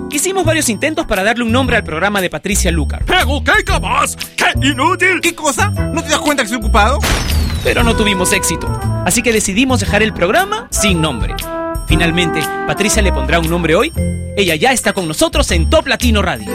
Hicimos varios intentos para darle un nombre al programa de Patricia Lucar. ¡Pero qué capaz! ¡Qué inútil! ¿Qué cosa? ¿No te das cuenta que estoy ocupado? Pero no tuvimos éxito, así que decidimos dejar el programa sin nombre. Finalmente, Patricia le pondrá un nombre hoy. Ella ya está con nosotros en Top Latino Radio.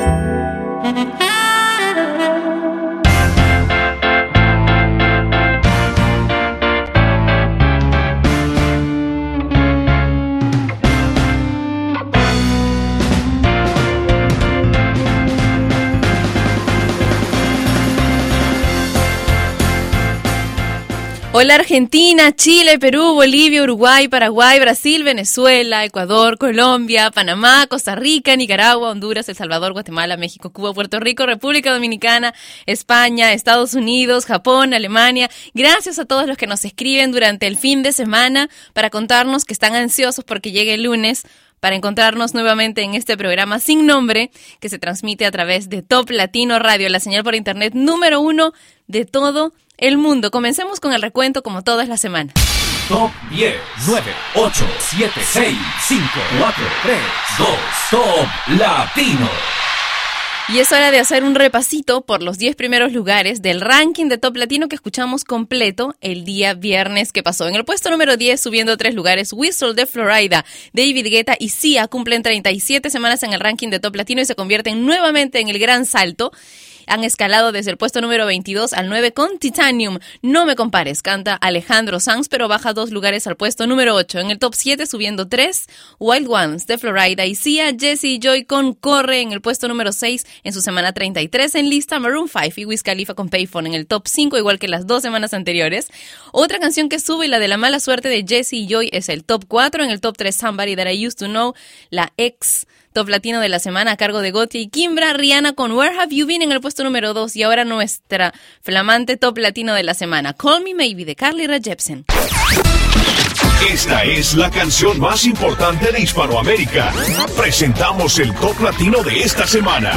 Hola Argentina, Chile, Perú, Bolivia, Uruguay, Paraguay, Brasil, Venezuela, Ecuador, Colombia, Panamá, Costa Rica, Nicaragua, Honduras, El Salvador, Guatemala, México, Cuba, Puerto Rico, República Dominicana, España, Estados Unidos, Japón, Alemania. Gracias a todos los que nos escriben durante el fin de semana para contarnos que están ansiosos porque llegue el lunes para encontrarnos nuevamente en este programa sin nombre que se transmite a través de Top Latino Radio, la señal por internet número 1 de todo el mundo. Comencemos con el recuento como todas las semanas. Top 10, 9, 8, 7, 6, 5, 4, 3, 2, Top Latino. Y es hora de hacer un repasito por los 10 primeros lugares del ranking de Top Latino que escuchamos completo el día viernes que pasó. En el puesto número 10, subiendo 3 lugares, Whistle de Florida, David Guetta y Sia cumplen 37 semanas en el ranking de Top Latino y se convierten nuevamente en el gran salto. Han escalado desde el puesto número 22 al 9 con Titanium. No me compares, canta Alejandro Sanz, pero baja 2 lugares al puesto número 8. En el top 7, subiendo 3, Wild Ones de Florida y Sia, Jesse y Joy con Corre en el puesto número 6. En su semana 33 en lista, Maroon 5 y Wiz Khalifa con Payphone en el top 5, igual que las 2 semanas anteriores. Otra canción que sube, la de la mala suerte de Jesse y Joy, es el top 4. En el top 3, Somebody That I Used to Know, la ex Top Latino de la semana a cargo de Gotye y Kimbra. Rihanna con Where Have You Been en el puesto número 2. Y ahora nuestra flamante Top Latino de la semana, Call Me Maybe de Carly Rae Jepsen. Esta es la canción más importante de Hispanoamérica. Presentamos el Top Latino de esta semana.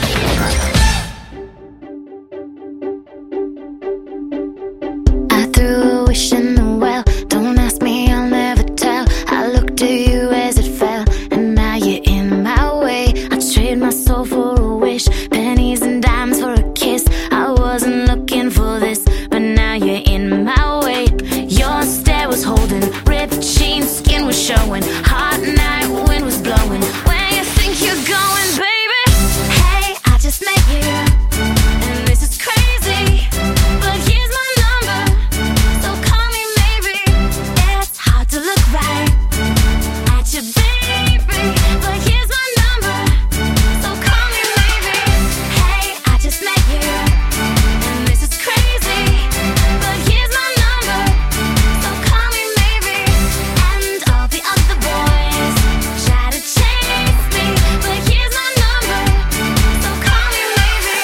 I threw a wish in the well. Don't ask me, I'll never tell. I looked to you as it fell, and now you're in my way. I trade my soul for a wish, pennies and dimes for a kiss. I wasn't looking for this, but now you're in my way. Your stare was holding, ripped jeans, skin was showing. Hot night, wind was blowing. Where you think you're going, baby? Hey, I just met you, and this is crazy, but here's my number, so call me maybe. It's hard to look right at you, baby, but here's my number, so call me maybe. Hey, I just met you, and this is crazy, but here's my number, so call me maybe. And all the other boys try to chase me, but here's my number, so call me maybe.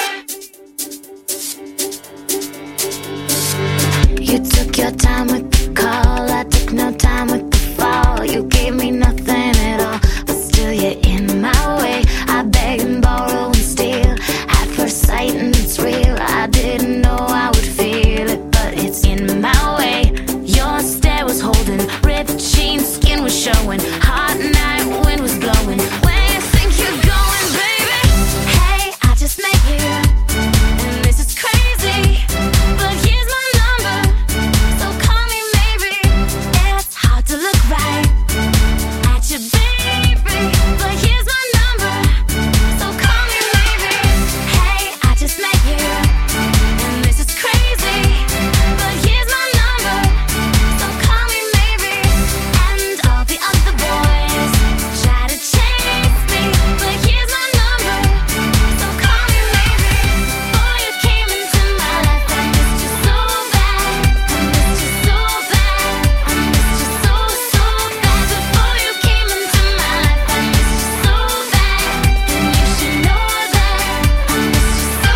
You took your time with the call, I took no time with the fall. You gave me nothing at all, but still you're in my way. I beg and borrow and steal at first sight, and it's real. I didn't know I would feel it, but it's in my way. Your stare was holding, ripped jeans, skin was showing. Hot night, wind was blowing. Where you think you're going, baby? Hey, I just met you, and this is crazy, but here's my number, so call me maybe. It's hard to look right at you, baby, but here's my number, so call me maybe. Hey, I just met you, and this is crazy, but here's my number, so call me maybe. And all the other boys try to chase me, but here's my number, so call me maybe. Before you came into my life, I missed you so bad, I missed you so bad, I missed you so, so bad. Before you came into my life, I missed you so bad, and you should know that I missed you so,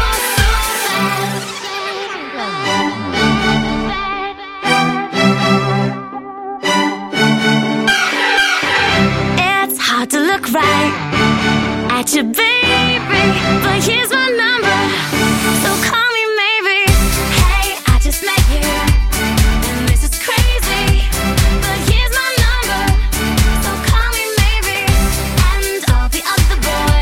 so bad. It's hard to look right at you, baby, but here's my number, so call me maybe. Hey, I just met you, and this is crazy, but here's my number, so call me maybe. And all the other boys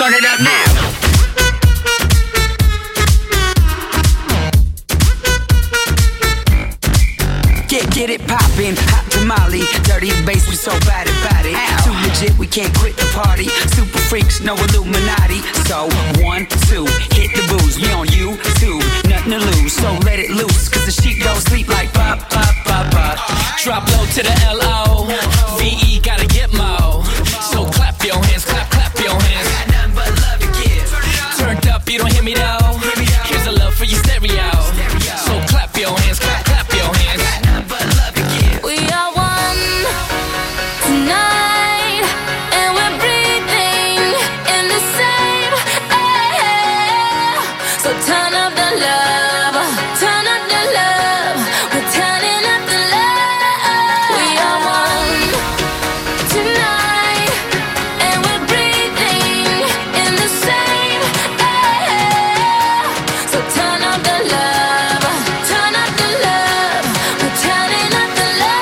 Turn it up now. Get it poppin', hot tamale, dirty bass, we so bad about it. Too legit, we can't quit the party. Super freaks, no Illuminati. So 1, 2, hit the booze. We on YouTube, nothing to lose. So let it loose, cause the sheep don't sleep like pop, pop, pop, pop. Drop low to the L-O-V-E, gotta get mo. So clap your hands, clap, clap your hands. Got nothing but love to give. Turned up, you don't hear me though. Here's a love for your stereo. So clap your hands, clap, clap your hands. We are one tonight, and we're breathing in the same air. So turn up the love, turn up the love. We're turning up the love. We are one tonight, and we're breathing in the same air. So turn up the love, turn up the love. We're turning up the love.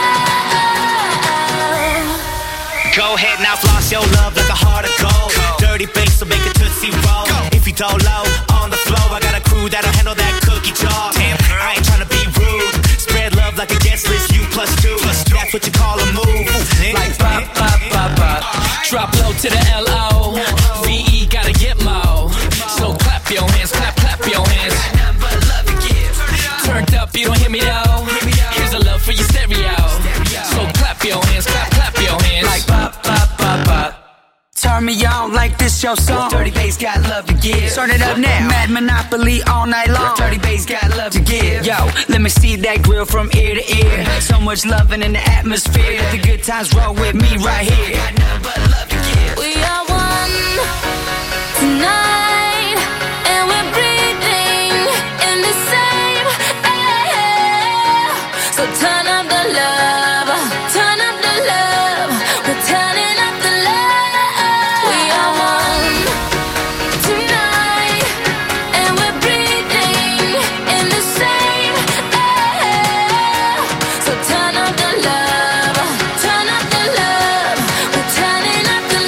Go ahead now, floss your love like a heart of gold. Dirty bass, so make it tootsie roll. If you don't low, on the floor, I got a crew that'll handle that cookie jar. Damn, I ain't tryna be rude. Spread love like a guest list, you plus two. That's what you call a move. Like pop, pop, pop, pop. Drop low to the L-O-V-E, gotta get mo. So clap your hands, clap, clap your hands. Turned up, you don't hear me though. Here's a love for your stereo. So clap your hands, clap, clap your hands. Like pop, pop, pop, pop. Turn me on like this your song. Dirty bass got love to give. Turn it up now. Mad Monopoly all night long. Dirty bass got love to give. Yo, let me see that grill from ear to ear. So much loving in the atmosphere. Let the good times roll with me right here. Got nothing but love to give. We are one tonight, and we're breathing in the same air. So turn up the love, turn up the love. We're turning up the love. We are one tonight, and we're breathing in the same air. So turn up the love, turn up the love. We're turning up the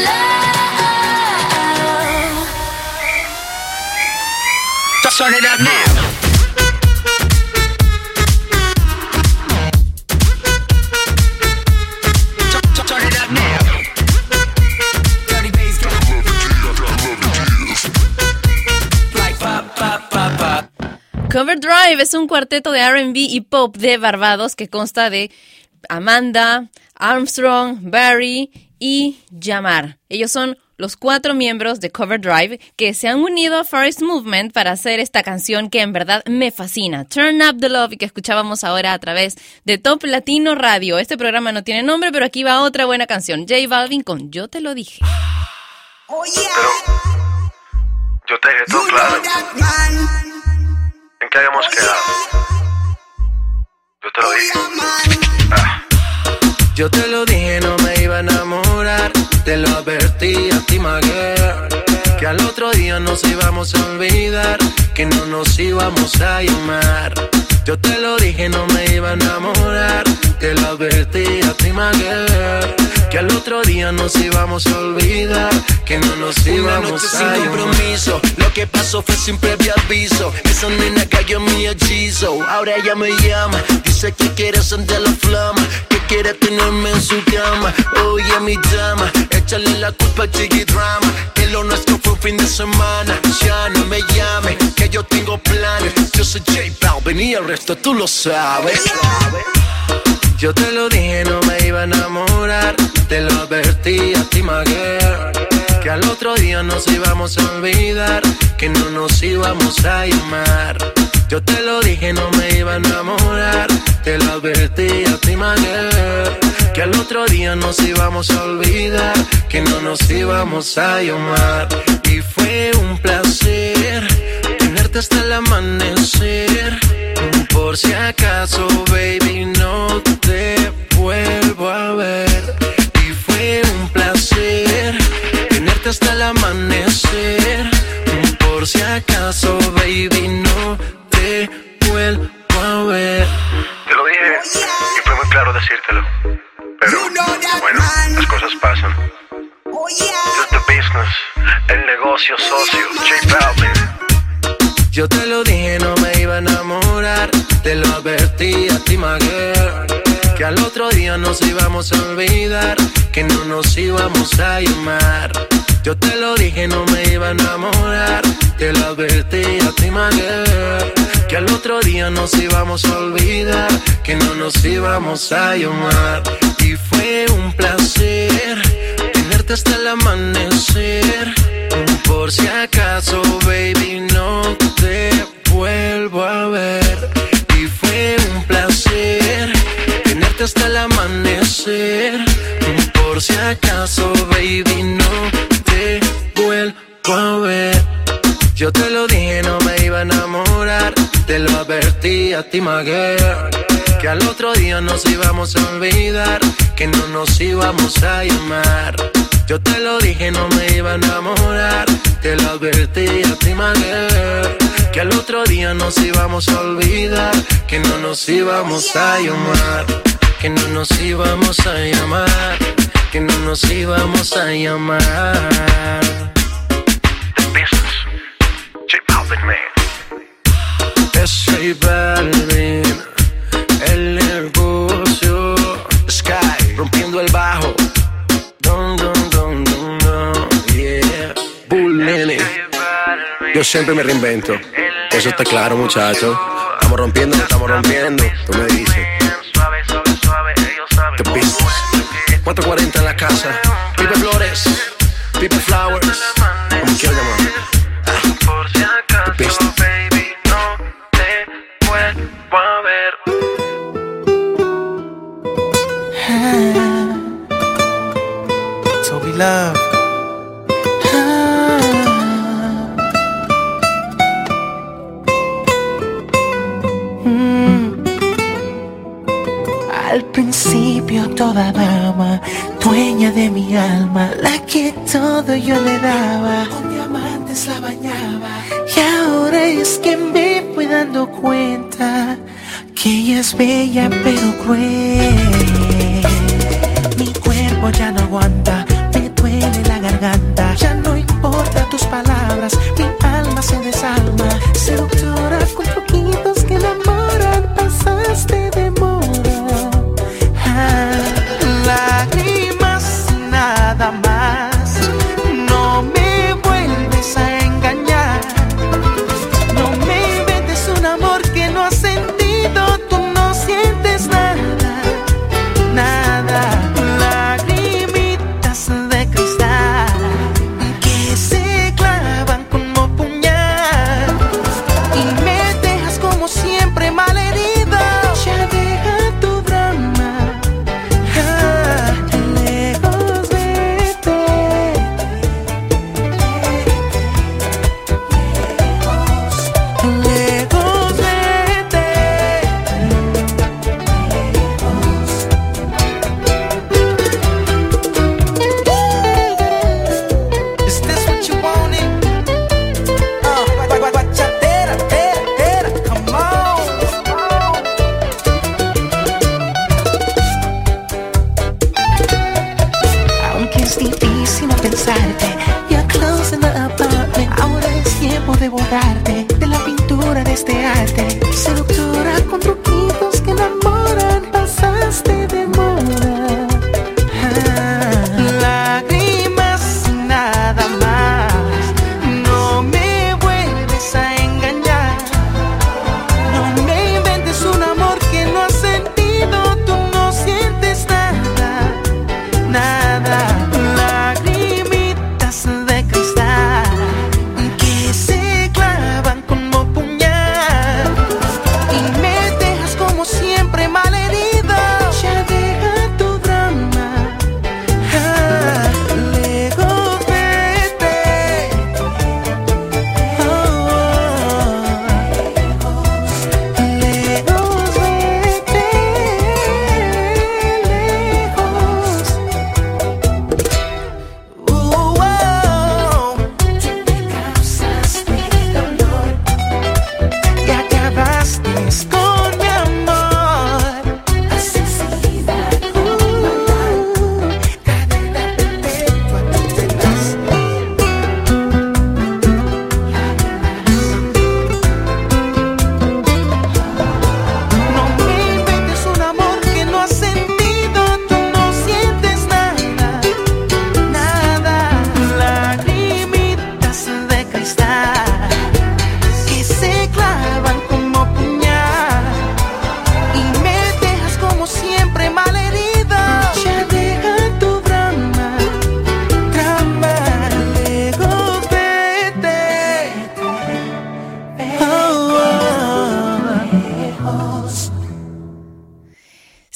love. Turn it up now. Turn it up now. Dirty bass got like pop, pop, pop, pop. Cover Drive es un cuarteto de R&B y pop de Barbados que consta de Amanda, Armstrong, Barry y Jamar. Ellos son los 4 miembros de Cover Drive que se han unido a Forest Movement para hacer esta canción que en verdad me fascina, Turn Up the Love, y que escuchábamos ahora a través de Top Latino Radio. Este programa no tiene nombre, pero aquí va otra buena canción, J Balvin con Yo Te Lo Dije. Pero yo te dejé todo claro. ¿En qué habíamos quedado? Yo te lo dije. Yo te lo dije, no me iba a enamorar. Te lo advertí a ti, my girl, que al otro día nos íbamos a olvidar, que no nos íbamos a llamar. Yo te lo dije, no me iba a enamorar. Te lo advertí a ti, my girl, que al otro día nos íbamos a olvidar, que no nos íbamos a llamar. Sin compromiso, lo que pasó fue sin previo aviso. Esa nena cayó en mi hechizo. Ahora ella me llama, dice que quiere encender la flama, que quiere tenerme en su cama. Oye, mi dama, échale la culpa a Chiqui Drama, que lo nuestro fue un fin de semana. Ya no me llame, que yo tengo planes. Yo soy J Balvin y el resto tú lo sabes. Yo te lo dije, no me iba a enamorar. Te lo advertí a ti, my girl, que al otro día nos íbamos a olvidar, que no nos íbamos a llamar. Yo te lo dije, no me iba a enamorar. Te lo advertí a ti, my girl, que al otro día nos íbamos a olvidar, que no nos íbamos a llamar. Y fue un placer tenerte hasta el amanecer. Por si acaso, baby, no te vuelvo a ver. Y fue un placer tenerte hasta el amanecer. Por si acaso, baby, no te vuelvo a ver. Te lo dije y fue muy claro decírtelo. Pero bueno, las cosas pasan. Just the business, el negocio. negocio, socio, J Balvin. Yo te lo dije, no me iba a enamorar. Te lo advertí a ti, my girl, que al otro día nos íbamos a olvidar, que no nos íbamos a llamar. Yo te lo dije, no me iba a enamorar. Te lo advertí a ti, my girl, que al otro día nos íbamos a olvidar, que no nos íbamos a llamar. Y fue un placer tenerte hasta el amanecer. Por si acaso, baby, no te vuelvo a ver. Y fue un placer tenerte hasta el amanecer. Por si acaso, baby, no te vuelvo a ver. Yo te lo dije, no me iba a enamorar. Te lo advertí a ti, my girl, que al otro día nos íbamos a olvidar, que no nos íbamos a llamar. Yo te lo dije, no me iba a enamorar. Te lo advertí a ti, my girl, que al otro día nos íbamos a olvidar, que no nos íbamos a llamar, que no nos íbamos a llamar, que no nos íbamos a llamar. The business, J Balvin, man. Es J Balvin, el negocio. Sky, rompiendo el bajo. Dun, dun, dun, dun, dun, yeah. Bull Nene. Yo siempre me reinvento. Eso está claro, muchachos. Estamos rompiendo, no estamos rompiendo. Tú me dices. The business. 440 en la casa. Pipe Flores, Pipe Flowers, como quieras llamar. Por si acaso, baby, no te vuelvo a ver. Toby Love. Al principio toda dama, dueña de mi alma, la que todo yo le daba, con diamantes la bañaba. Y ahora es que me voy dando cuenta que ella es bella pero cruel. Mi cuerpo ya no aguanta, me duele la garganta. Ya no importa tus palabras, mi alma se desalma. Seductora con truquitos que enamoran, pasaste de moda. Lágrimas, nada más. No me vuelves a engañar. No me inventes un amor que no has sentido. Tú no sientes nada, nada. Lagrimitas de cristal que se clavan como puñal y me dejas como siempre malherida. Ya deja tu drama. Lejos vete, lejos vete, Is this what you wanted? Bachatera, come on. Aunque es difícil no pensarte, you're close in the apartment. Ahora es tiempo de borrarte de la pintura de este arte. Seductora con truquitos que enamoran, pasaste de moda. Lágrimas, nada más. No me vuelves a engañar. No me inventes un amor que no has sentido. Tú no sientes nada, nada. Lagrimitas de cristal que se clavan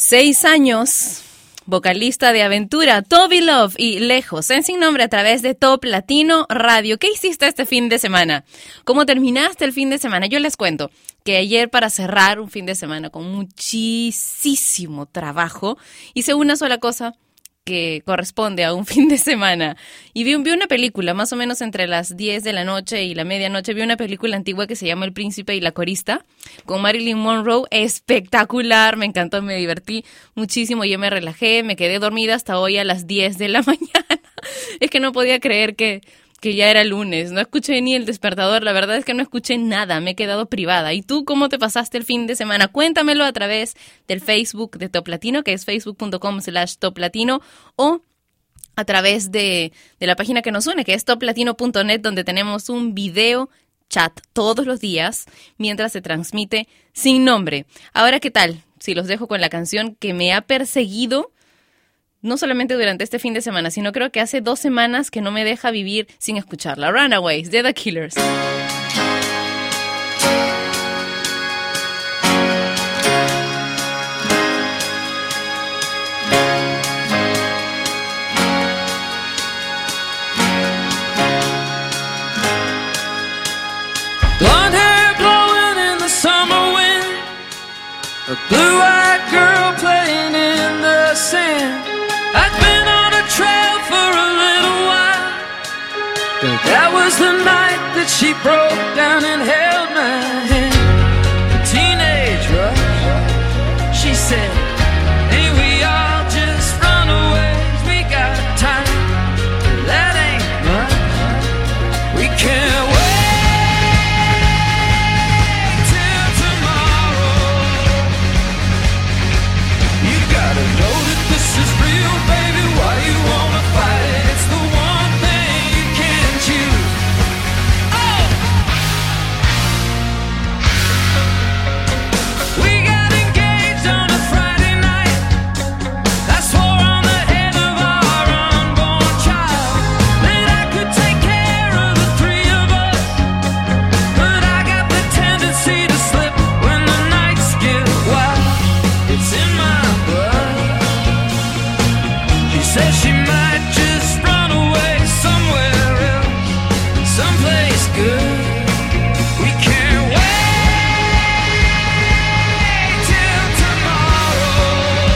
6 años, vocalista de Aventura, Toby Love y Lejos, en Sin Nombre a través de Top Latino Radio. ¿Qué hiciste este fin de semana? ¿Cómo terminaste el fin de semana? Yo les cuento que ayer, para cerrar un fin de semana con muchísimo trabajo, hice una sola cosa que corresponde a un fin de semana. Y vi una película, más o menos entre las 10 de la noche y la medianoche, vi una película antigua que se llama El Príncipe y la Corista, con Marilyn Monroe. Espectacular, me encantó, me divertí muchísimo, yo me relajé, me quedé dormida hasta hoy a las 10 de la mañana. Es que no podía creer que ya era lunes, no escuché ni el despertador, la verdad es que no escuché nada, me he quedado privada. ¿Y tú cómo te pasaste el fin de semana? Cuéntamelo a través del Facebook de Top Latino, que es facebook.com/toplatino, o a través de la página que nos une, que es toplatino.net, donde tenemos un video chat todos los días mientras se transmite Sin Nombre. Ahora, ¿qué tal? Si los dejo con la canción que me ha perseguido no solamente durante este fin de semana, sino creo que hace 2 semanas que no me deja vivir sin escucharla. Runaways, de The Killers. Blonde hair blowing in the summer wind, a blue-eyed girl playing in the sand. I'd been on a trail for a little while, but that was the night that she broke down and held my hand. A teenage rush, she said, ain't we all just runaways? We got time, that ain't much. We can't wait till tomorrow. You gotta know that this is real, baby. Why you wanna fight it? It's the one thing you can't choose. Oh! We got engaged on a Friday night. I swore on the head of our unborn child that I could take care of the 3 of us. But I got the tendency to slip when the nights get wild. It's in my blood. She says she might just run away somewhere else, someplace good. We can't wait till tomorrow.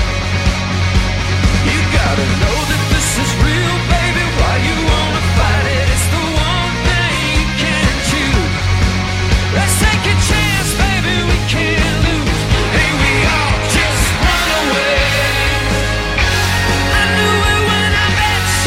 You gotta know that this is real, baby. Why you wanna fight it? It's the one thing you can't choose. Let's take a chance, baby. We can't lose. Hey, we all just run away. I knew it when I met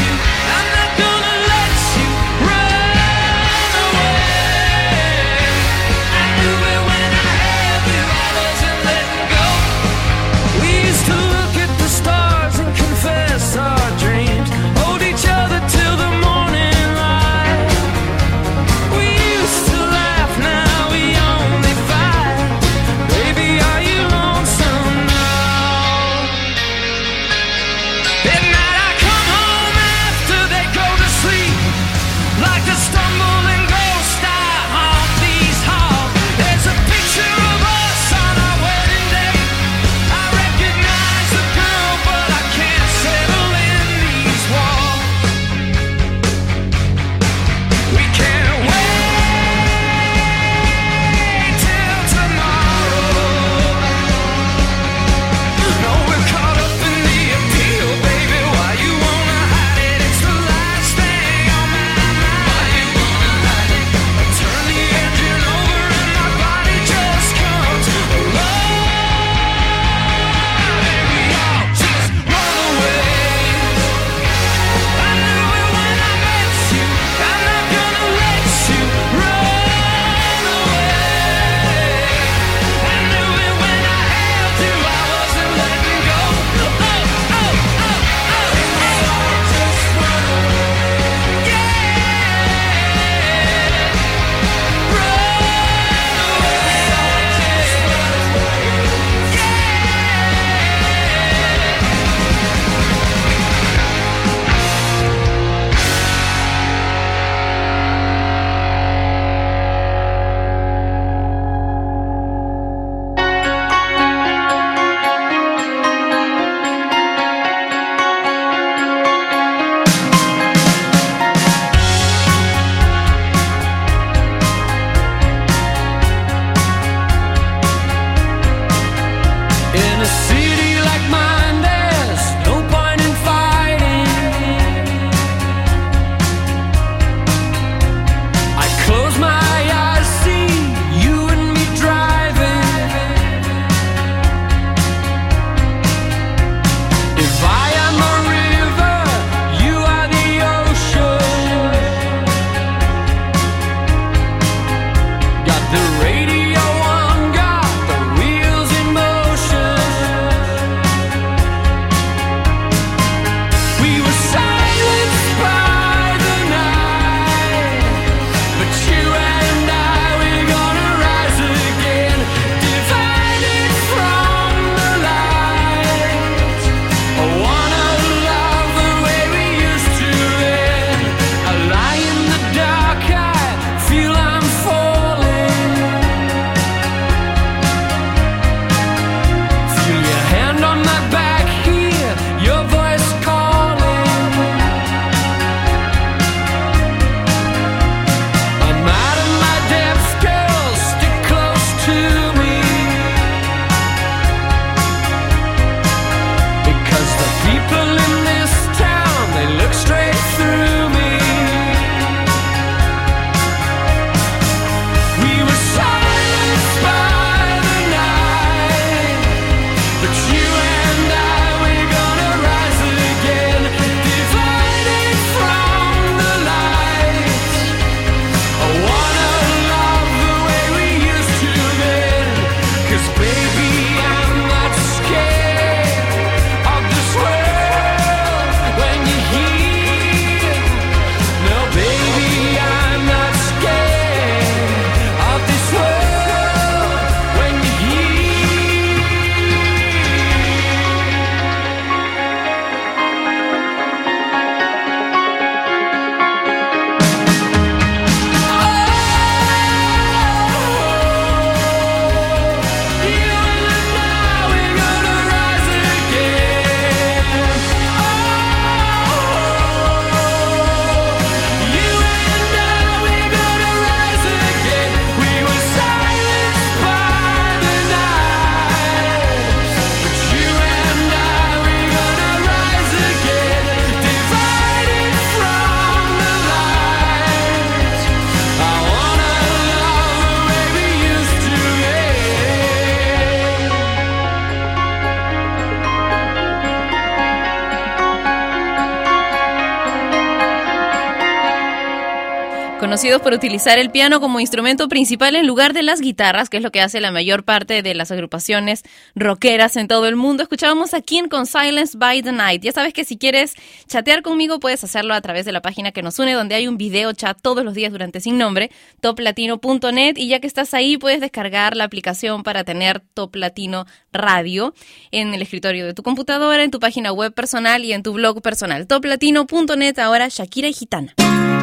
Conocidos por utilizar el piano como instrumento principal en lugar de las guitarras, que es lo que hace la mayor parte de las agrupaciones rockeras en todo el mundo. Escuchábamos a King con Silence by the Night. Ya sabes que si quieres chatear conmigo puedes hacerlo a través de la página que nos une, donde hay un video chat todos los días durante Sin Nombre, toplatino.net, y ya que estás ahí puedes descargar la aplicación para tener Top Latino Radio en el escritorio de tu computadora, en tu página web personal y en tu blog personal. Toplatino.net. Ahora Shakira y Gitana.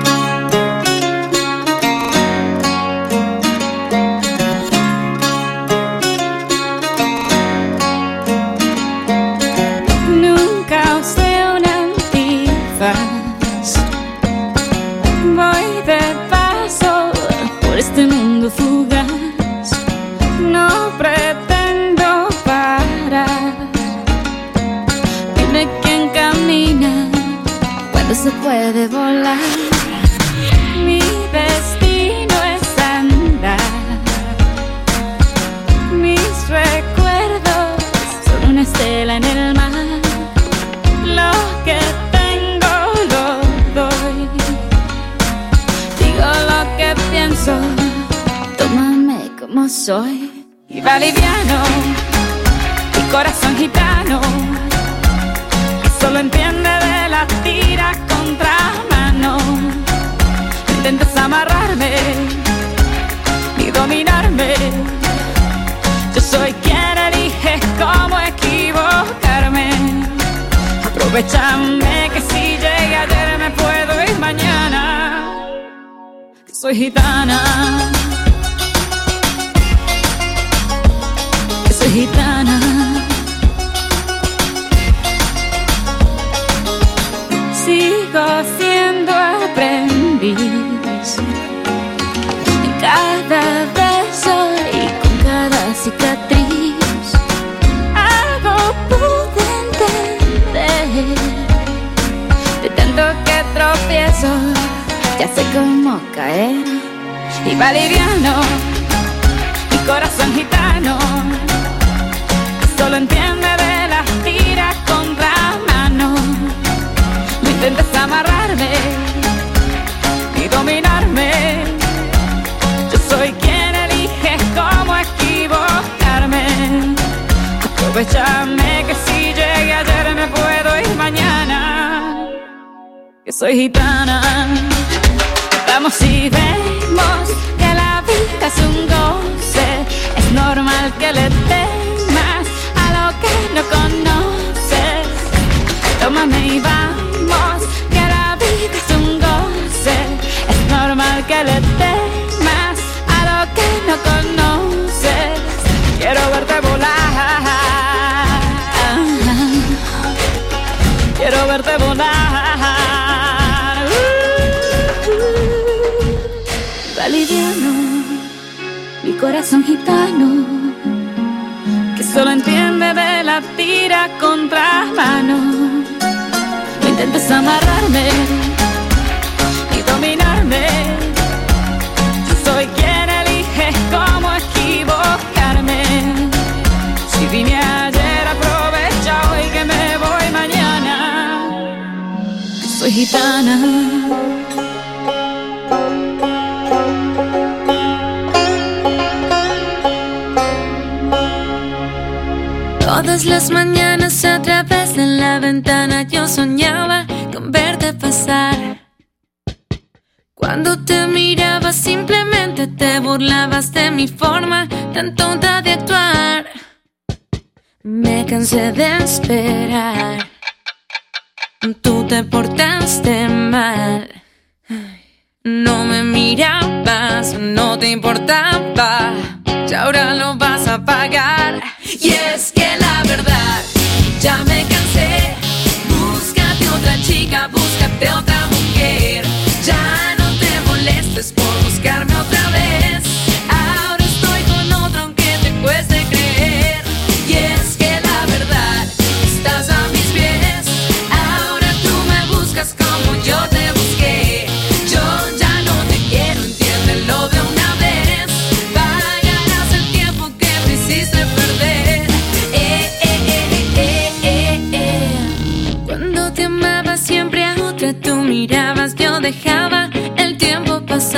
Nunca usé un antifaz. Voy de paso por este mundo fugaz. No pretendo parar. Dime quién camina cuando se puede volar. Mi destino es andar. Mis recuerdos son una estela en el mar. Lo que tengo lo doy. Digo lo que pienso, tómame como soy. Y va liviano, mi corazón gitano, que solo entiende de la tira contra mano. No intentes amarrarme ni dominarme. Yo soy quien elige cómo equivocarme. Aprovechame que si llegué ayer me puedo ir mañana. Que soy gitana. Que soy gitana. Sigo siendo aprendiz en cada beso y con cada cicatriz. Algo pude entender de tanto que tropiezo, ya sé cómo caer. Y va liviano, mi corazón gitano, que solo entiende de las tiras contra mano. No intentes amarrarme ni dominarme. Yo soy quien elige cómo equivocarme. Aprovechame que si llegué ayer me puedo ir mañana. Que soy gitana. Vamos y vemos que la vida es un goce. Es normal que le temas a lo que no conoces. Tómame y vamos, que la vida es un goce. Es normal que le temas a lo que no conoces. Quiero verte volar. Quiero verte volar. Va liviano, mi corazón gitano, que solo entiende de la tira contra mano. No intentes amarrarme ni dominarme. Yo soy quien elige cómo equivocarme. Si vine ayer, aprovecha hoy que me voy mañana. Que soy gitana. Todas las mañanas a través de la ventana yo soñaba con verte pasar. Cuando te miraba simplemente te burlabas de mi forma tan tonta de actuar. Me cansé de esperar, tú te portaste mal. No me mirabas, no te importaba, y ahora lo vas a pagar. Y es que la verdad, ya me cansé. Búscate otra chica, búscate otra mujer. Ya no te molestes por buscarme otra vez. Ahora estoy con otro aunque te cueste creer. Y es que la verdad, estás a mis pies. Ahora tú me buscas como yo te busqué. Yo ya no te quiero, entiéndelo de una vez. Pagarás el tiempo que me hiciste perder. Cuando te amaba siempre a otra tú mirabas. Yo dejaba el tiempo pasar.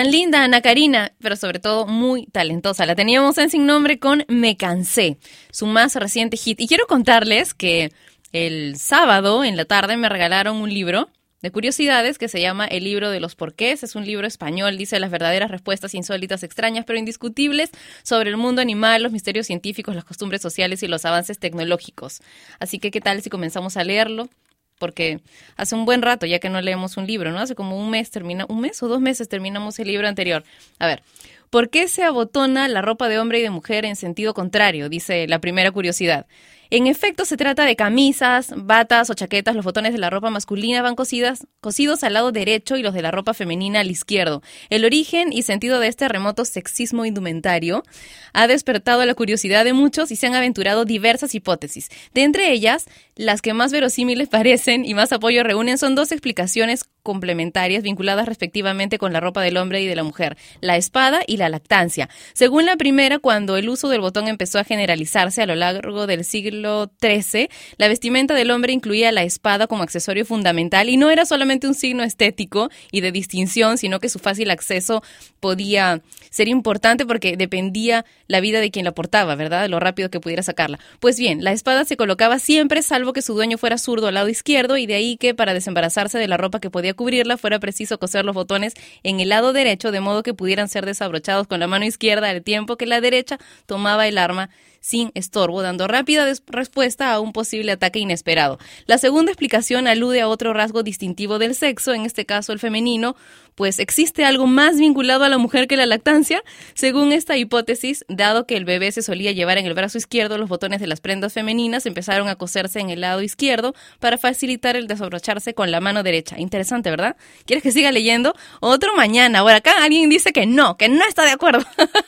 Tan linda Ana Karina, pero sobre todo muy talentosa. La teníamos en Sin Nombre con Me Cansé, su más reciente hit. Y quiero contarles que el sábado en la tarde me regalaron un libro de curiosidades que se llama El libro de los porqués. Es un libro español, dice las verdaderas respuestas insólitas, extrañas, pero indiscutibles sobre el mundo animal, los misterios científicos, las costumbres sociales y los avances tecnológicos. Así que, ¿qué tal si comenzamos a leerlo? Porque hace un buen rato ya que no leemos un libro, ¿no? Hace como un mes o 2 meses terminamos el libro anterior. A ver, ¿por qué se abotona la ropa de hombre y de mujer en sentido contrario? Dice la primera curiosidad. En efecto, se trata de camisas, batas o chaquetas. Los botones de la ropa masculina van cosidos al lado derecho y los de la ropa femenina al izquierdo. El origen y sentido de este remoto sexismo indumentario ha despertado la curiosidad de muchos y se han aventurado diversas hipótesis. De entre ellas, las que más verosímiles parecen y más apoyo reúnen son 2 explicaciones complementarias vinculadas respectivamente con la ropa del hombre y de la mujer, la espada y la lactancia. Según la primera, cuando el uso del botón empezó a generalizarse a lo largo del siglo XIII, la vestimenta del hombre incluía la espada como accesorio fundamental y no era solamente un signo estético y de distinción, sino que su fácil acceso podía ser importante porque dependía la vida de quien la portaba, ¿verdad? Lo rápido que pudiera sacarla. Pues bien, la espada se colocaba siempre, salvo que su dueño fuera zurdo al lado izquierdo, y de ahí que para desembarazarse de la ropa que podía cubrirla fuera preciso coser los botones en el lado derecho, de modo que pudieran ser desabrochados con la mano izquierda al tiempo que la derecha tomaba el arma sin estorbo, dando rápida respuesta a un posible ataque inesperado. La segunda explicación alude a otro rasgo distintivo del sexo, en este caso el femenino, pues existe algo más vinculado a la mujer que la lactancia. Según esta hipótesis, dado que el bebé se solía llevar en el brazo izquierdo, los botones de las prendas femeninas empezaron a coserse en el lado izquierdo para facilitar el desabrocharse con la mano derecha. Interesante, ¿verdad? ¿Quieres que siga leyendo? Otro mañana. Ahora acá alguien dice que no está de acuerdo.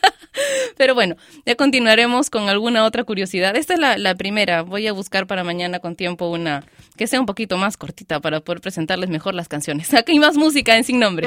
Pero bueno, ya continuaremos con alguna otra curiosidad. Esta es la primera. Voy a buscar para mañana con tiempo una que sea un poquito más cortita para poder presentarles mejor las canciones. Aquí hay más música en Sin Nombre.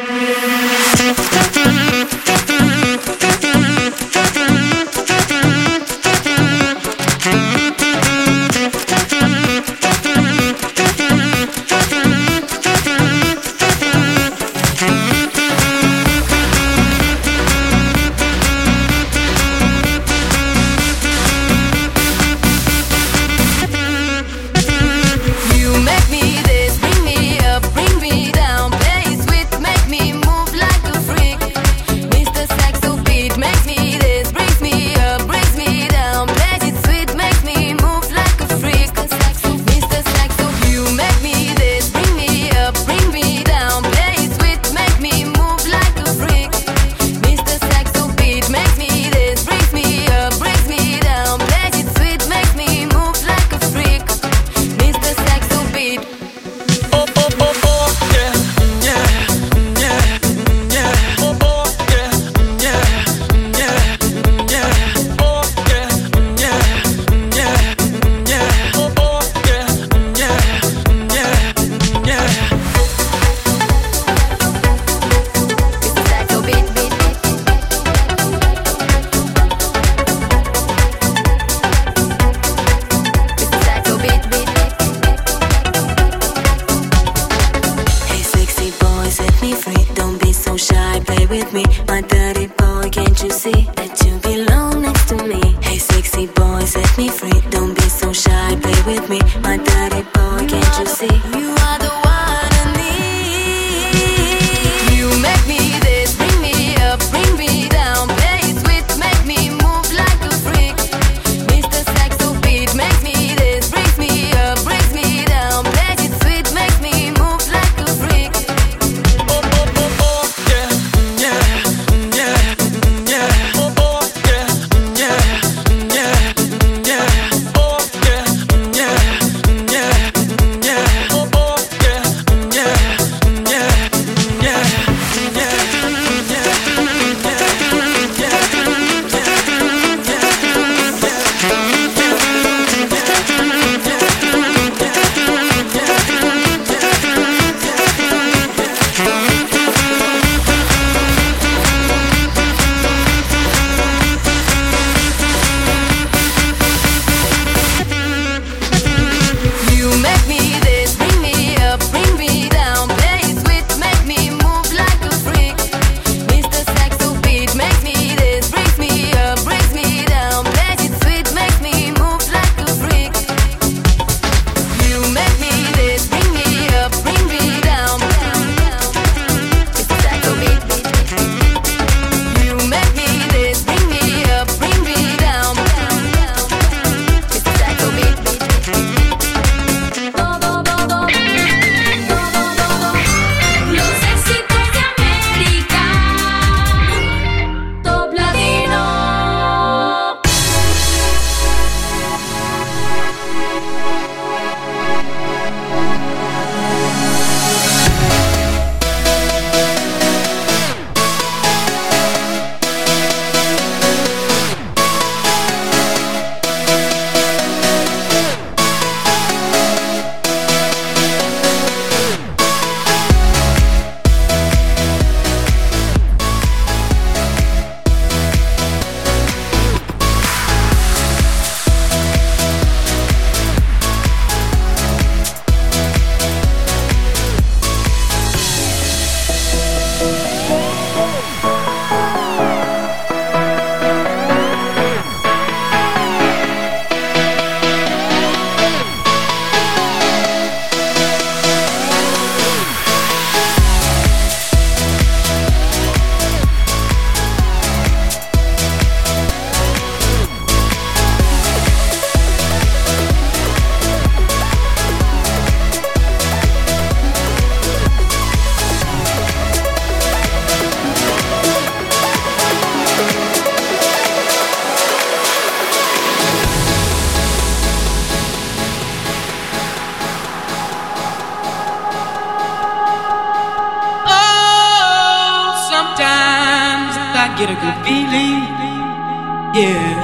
get a good feeling, yeah.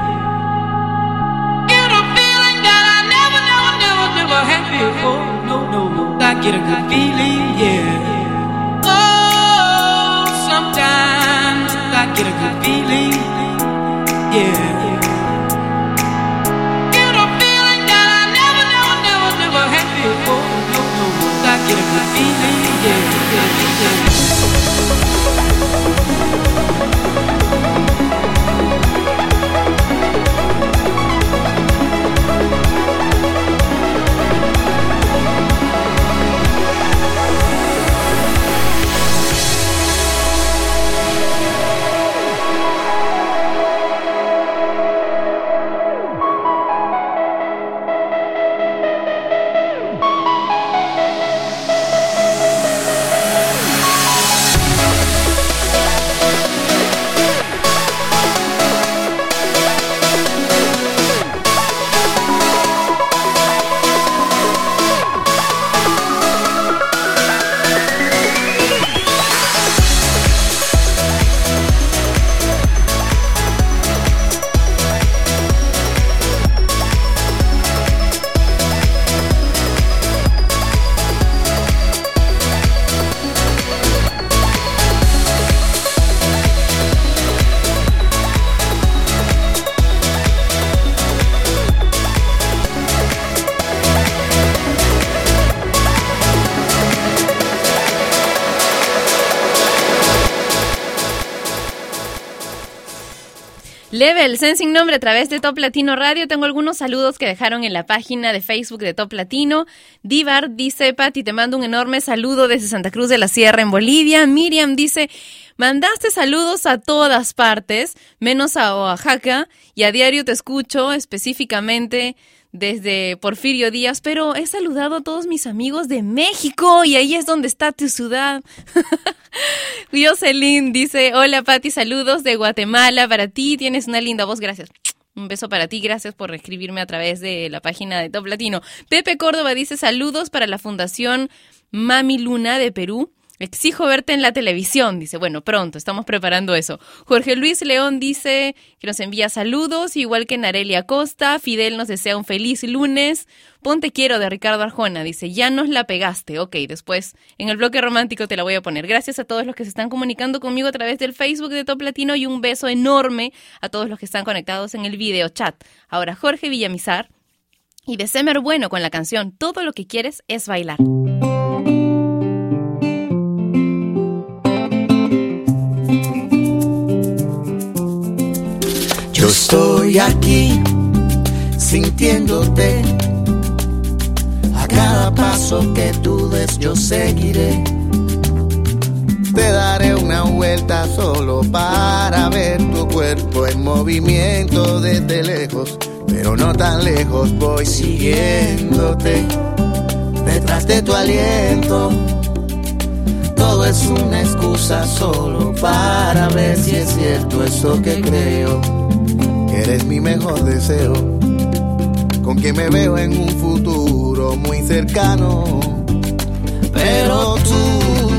Get a feeling that I never had before. No, I get a good feeling, yeah. Oh, sometimes I get a good feeling, yeah. Get a feeling that I never had before. No, I get a good feeling, yeah. Level, Sin Nombre a través de Top Latino Radio. Tengo algunos saludos que dejaron en la página de Facebook de Top Latino. Divar dice, Pati, te mando un enorme saludo desde Santa Cruz de la Sierra en Bolivia. Miriam dice, mandaste saludos a todas partes, menos a Oaxaca, y a diario te escucho específicamente desde Porfirio Díaz, pero he saludado a todos mis amigos de México y ahí es donde está tu ciudad. Jocelyn dice, hola Pati, saludos de Guatemala para ti, tienes una linda voz, gracias. Un beso para ti, gracias por escribirme a través de la página de Top Latino. Pepe Córdoba dice, saludos para la Fundación Mami Luna de Perú. Exijo verte en la televisión, dice, bueno, pronto, estamos preparando eso. Jorge Luis León dice que nos envía saludos, igual que Narelia Costa. Fidel nos desea un feliz lunes. Ponte quiero de Ricardo Arjona, dice, ya nos la pegaste. Ok, después en el bloque romántico te la voy a poner. Gracias a todos los que se están comunicando conmigo a través del Facebook de Top Latino y un beso enorme a todos los que están conectados en el video chat. Ahora Jorge Villamizar y de Semer Bueno con la canción Todo lo que quieres es bailar. Yo estoy aquí, sintiéndote. A cada paso que tú des yo seguiré. Te daré una vuelta solo para ver tu cuerpo en movimiento desde lejos. Pero no tan lejos, voy siguiéndote. Detrás de tu aliento. Todo es una excusa solo para ver si es cierto eso que creo. Eres mi mejor deseo, con quien me veo en un futuro muy cercano. Pero tú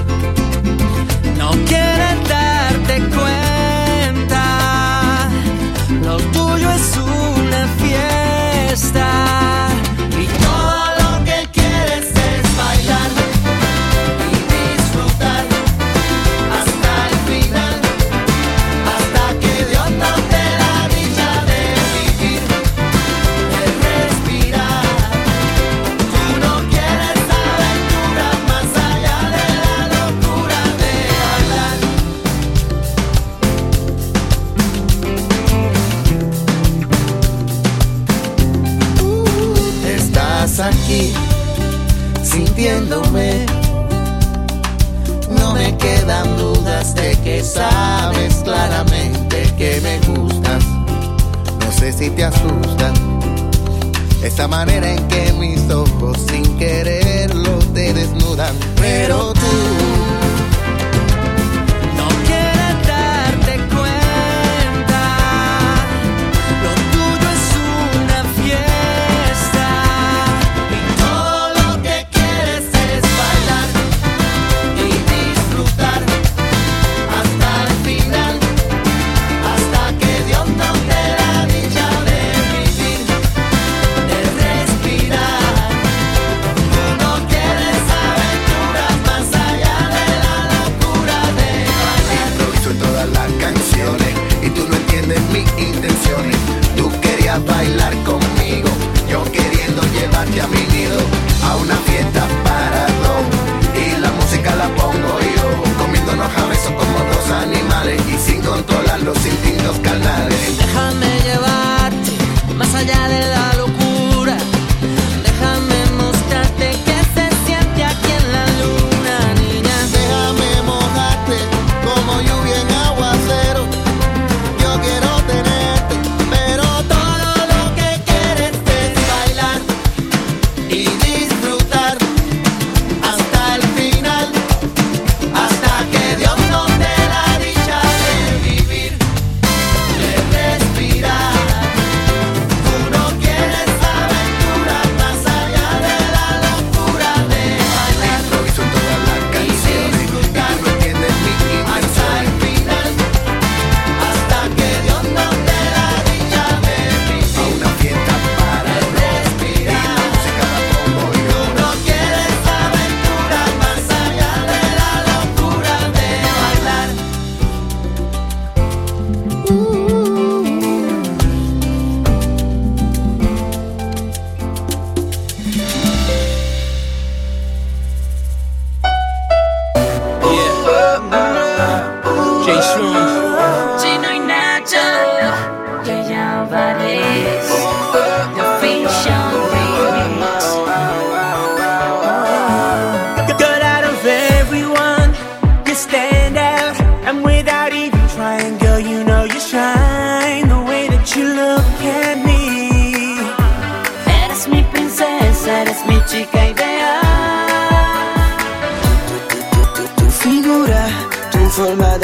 no quieres darte cuenta, lo tuyo es una fiesta. Y todo lo que quieres es bailar y disfrutar hasta el final, hasta que Dios no te aquí, sintiéndome. No me quedan dudas de que sabes claramente que me gustas. No sé si te asustan esa manera en que mis ojos sin quererlo te desnudan. Pero tú no quieres darte cuenta, lo tuyo es una fiesta. Final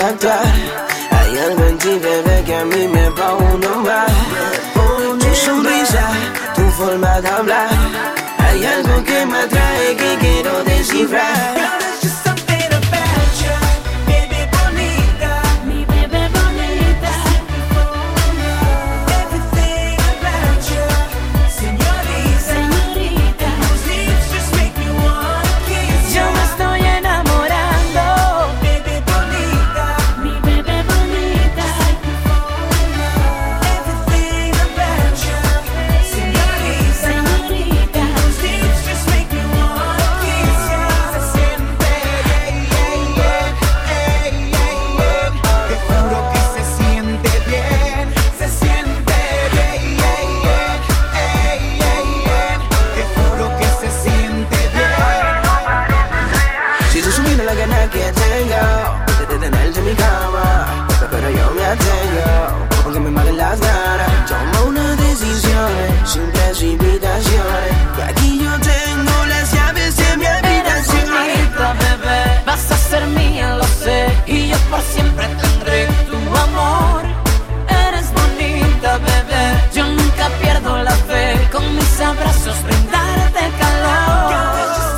actuar. Hay algo en ti, bebé, que a mí me pone mal. Tu sonrisa, tu forma de hablar. Hay algo que me atrae que quiero descifrar. Porque me malen las ganas. Toma una decisión sin precipitaciones. Y aquí yo tengo las llaves de mi habitación. Bonita, bebé, vas a ser mía, lo sé. Y yo por siempre tendré tu amor. Eres bonita, bebé, yo nunca pierdo la fe. Con mis abrazos brindarte calor.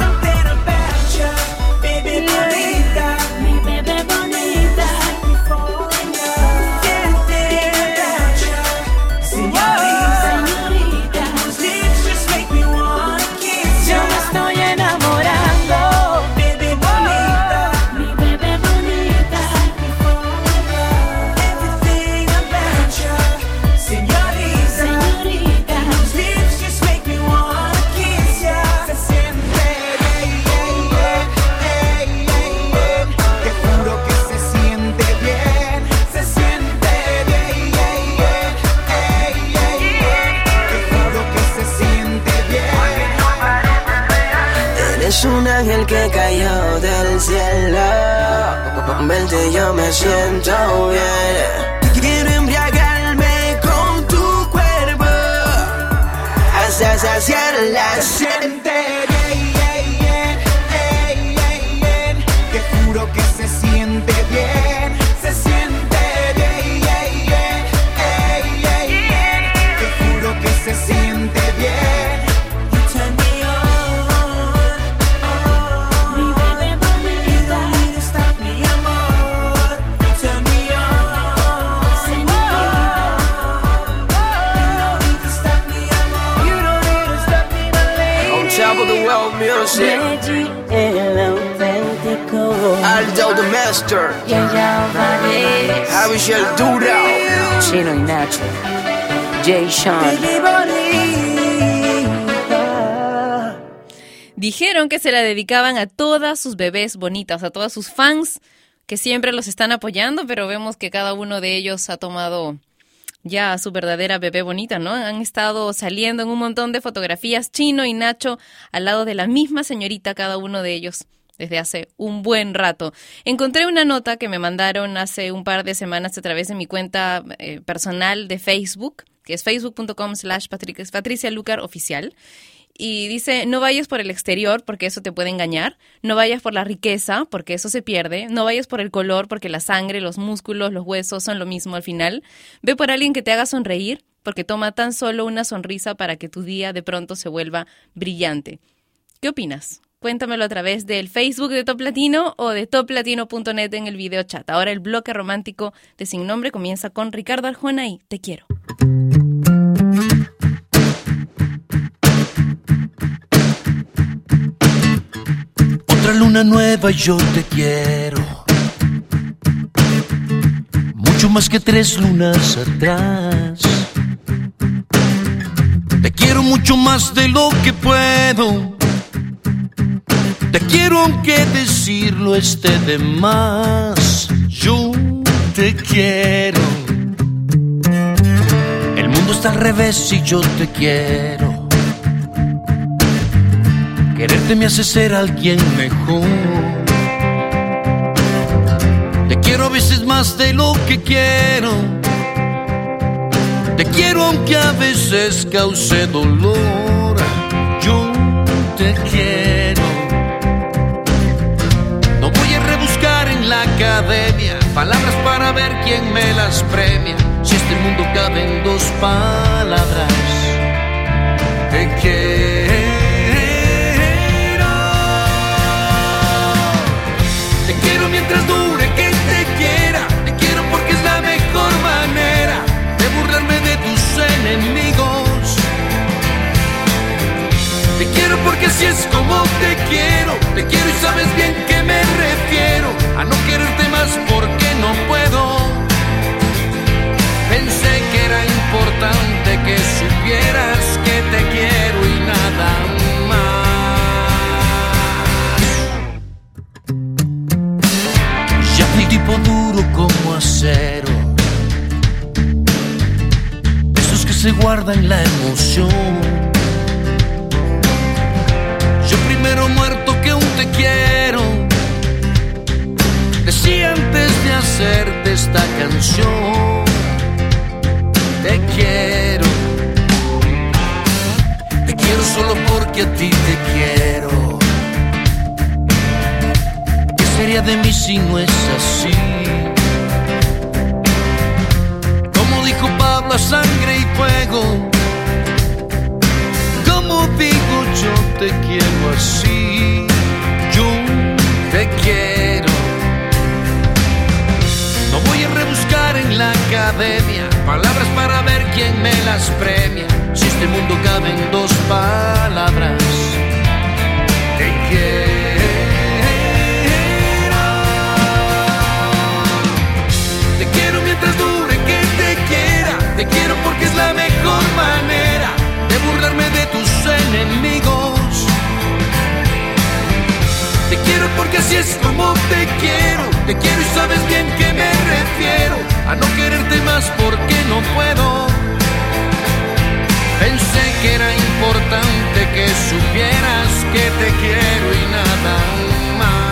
Es un ángel que cayó del cielo. Con verte yo me siento bien. Quiero embriagarme con tu cuerpo hasta saciar la sed. Te juro que se siente bien. Se siente bien. Te juro que se siente bien. Music. El auténtico Aldo the Master. Javi Dura. Chino y Nacho. Jay Sean. Dijeron que se la dedicaban a todas sus bebés bonitas, a todas sus fans que siempre los están apoyando, pero vemos que cada uno de ellos ha tomado ya a su verdadera bebé bonita, ¿no? Han estado saliendo en un montón de fotografías, Chino y Nacho al lado de la misma señorita, cada uno de ellos, desde hace un buen rato. Encontré una nota que me mandaron hace un par de semanas a través de mi cuenta personal de Facebook, que es facebook.com/Patricia Lucar Oficial. Y dice, no vayas por el exterior porque eso te puede engañar, no vayas por la riqueza porque eso se pierde, no vayas por el color porque la sangre, los músculos, los huesos son lo mismo al final. Ve por alguien que te haga sonreír porque toma tan solo una sonrisa para que tu día de pronto se vuelva brillante. ¿Qué opinas? Cuéntamelo a través del Facebook de Top Latino o de toplatino.net en el video chat. Ahora el bloque romántico de Sin Nombre comienza con Ricardo Arjona y Te Quiero. Otra luna nueva, yo te quiero, mucho más que 3 lunas atrás. Te quiero mucho más de lo que puedo. Te quiero aunque decirlo esté de más. Yo te quiero. El mundo está al revés y yo te quiero. Quererte me hace ser alguien mejor. Te quiero a veces más de lo que quiero. Te quiero aunque a veces cause dolor. Yo te quiero. No voy a rebuscar en la academia palabras para ver quién me las premia. Si este mundo cabe en dos palabras, te quiero. Te quiero mientras dure que te quiera. Te quiero porque es la mejor manera de burlarme de tus enemigos. Te quiero porque así es como te quiero y sabes bien que me refiero a no quererte más porque no puedo. Pensé que era importante que supieras que te quiero y nada más. Ya fui tipo duro como acero, esos que se guardan la emoción. Yo primero muerto que un te quiero, decía antes de hacerte esta canción. Te quiero solo porque a ti te quiero. ¿Qué sería de mí si no es así? Como dijo Pablo, a sangre y fuego. Como digo, yo te quiero así. Yo te quiero. No voy a rebuscar en la academia palabras para ver quién me las premia. Si este mundo cabe en dos palabras, te quiero. Te quiero mientras dure que te quiera. Te quiero porque es la mejor manera de burlarme de tus enemigos. Te quiero porque así es como te quiero y sabes bien que me refiero a no quererte más porque no puedo. Pensé que era importante que supieras que te quiero y nada más.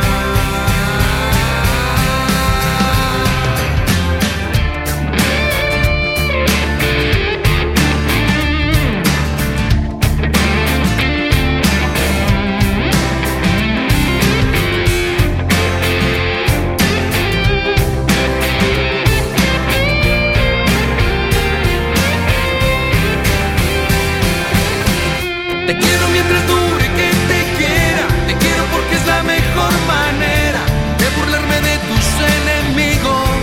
Te quiero mientras dure que te quiera. Te quiero porque es la mejor manera de burlarme de tus enemigos.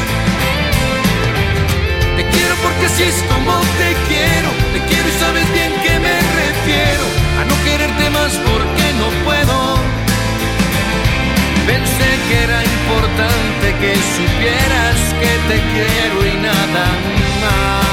Te quiero porque así es como te quiero y sabes bien que me refiero a no quererte más porque no puedo. Pensé que era importante que supieras que te quiero y nada más.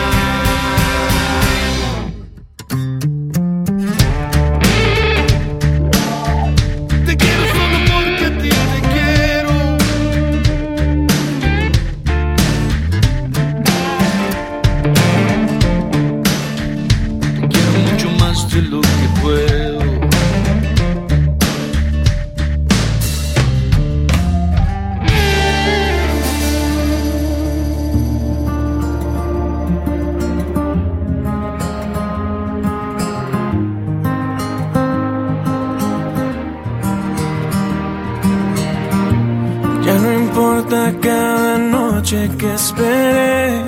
Cada noche que esperé,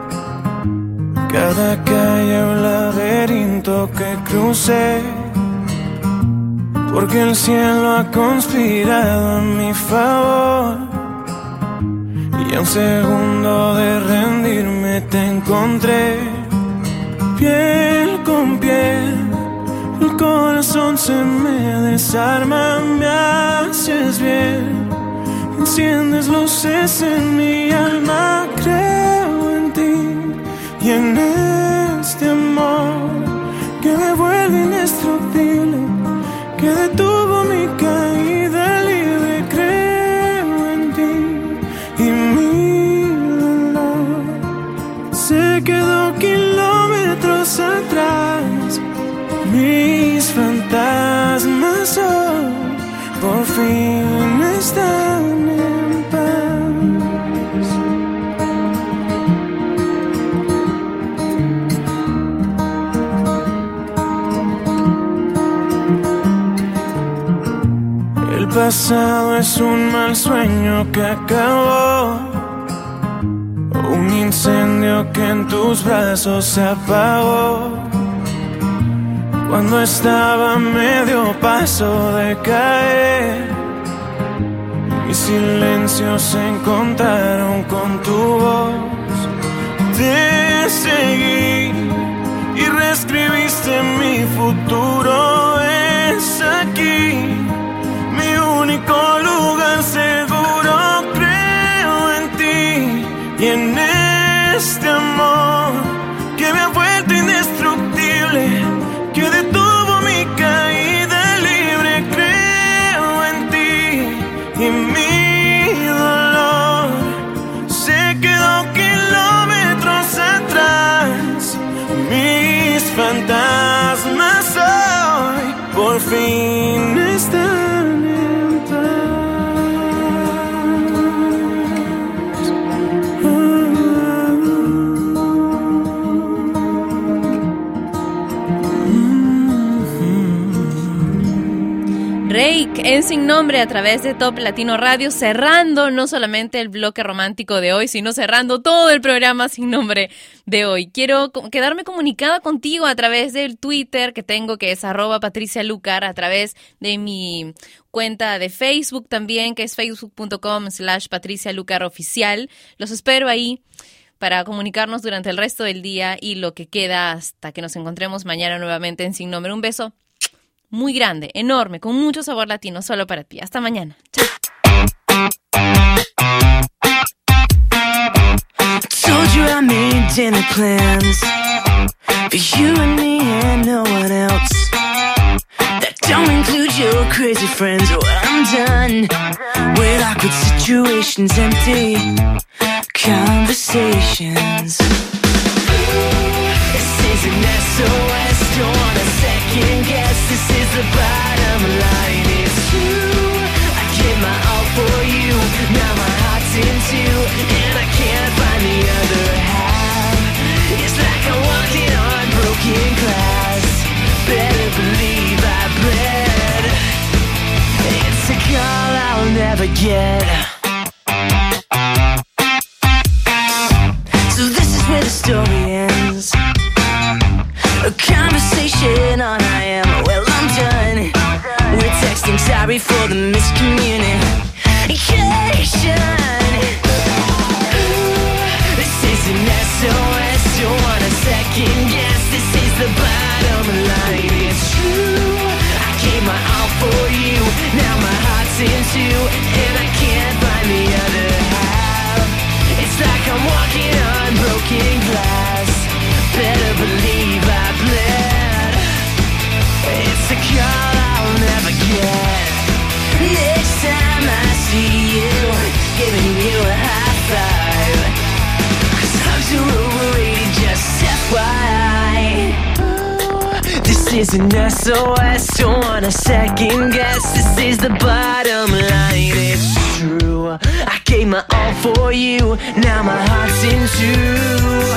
cada calle un laberinto que crucé, porque el cielo ha conspirado a mi favor. Y a un segundo de rendirme te encontré, piel con piel. El corazón se me desarma, me haces bien. Enciendes luces en mi alma, creo en ti y en este amor que me vuelve indestructible, que detuvo mi caída libre. Creo en ti y mi dolor se quedó kilómetros atrás. Mis fantasmas hoy por fin están en paz. El pasado es un mal sueño que acabó, un incendio que en tus brazos se apagó. Cuando estaba a medio paso de caer, mis silencios se encontraron con tu voz. Te seguí y reescribiste mi futuro. Es aquí mi único lugar seguro. Creo en ti y en este amor que me ha vuelto indestructible, que detuvo mi caída libre. Creo en ti y mi dolor se quedó kilómetros atrás. Mis fantasmas hoy por fin están en paz. Rake en Sin Nombre a través de Top Latino Radio, cerrando no solamente el bloque romántico de hoy, sino cerrando todo el programa Sin Nombre de hoy. Quiero quedarme comunicada contigo a través del Twitter que tengo, que es @PatriciaLucar, a través de mi cuenta de Facebook también, que es facebook.com/PatriciaLucarOficial. Los espero ahí para comunicarnos durante el resto del día y lo que queda hasta que nos encontremos mañana nuevamente en Sin Nombre. Un beso muy grande, enorme, con mucho sabor latino, solo para ti. Hasta mañana. Chao. Told you I made dinner plans for you and me and no one else. That don't include your crazy friends. Oh, I'm done with awkward situations, empty conversations. This is an SOS, don't want a second guess. This is the bottom line, it's true. I gave my all for you, now my heart's in two, and I can't find the other half. It's like I'm walking on broken glass. Better believe I bled. It's a call I'll never get. So this is where the story ends. A conversation on I am, well I'm done. We're texting sorry for the miscommunication. This is an SOS, don't want a second guess. This is the bottom line, it's true. I gave my all for you, now my heart's in two, and I can't find the other half. It's like I'm walking on broken glass. Better believe I bled. It's a call I'll never get. Next time I see you, giving you a high five, 'cause hugs are overrated, just FYI. This is an SOS, don't want a second guess. This is the bottom line, it's true. I gave my all for you, now my heart's in two.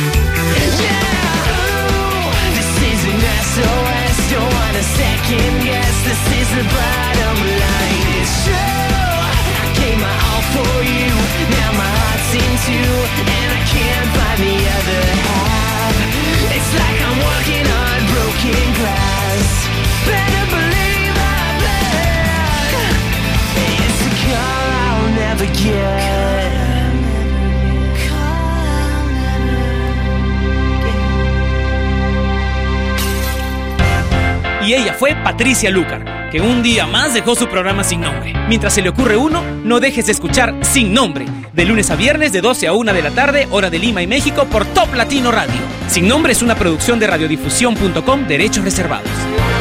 SOS, don't want a second guess. This is the bottom line, it's true. I gave my all for you, now my heart's in two, and I can't find the other half. It's like I'm walking on broken glass. Better believe I bled. It's a call I'll never get. Y ella fue Patricia Lucar, que un día más dejó su programa Sin Nombre. Mientras se le ocurre uno, no dejes de escuchar Sin Nombre, de lunes a viernes de 12 a 1 de la tarde, hora de Lima y México, por Top Latino Radio. Sin Nombre es una producción de radiodifusión.com, derechos reservados.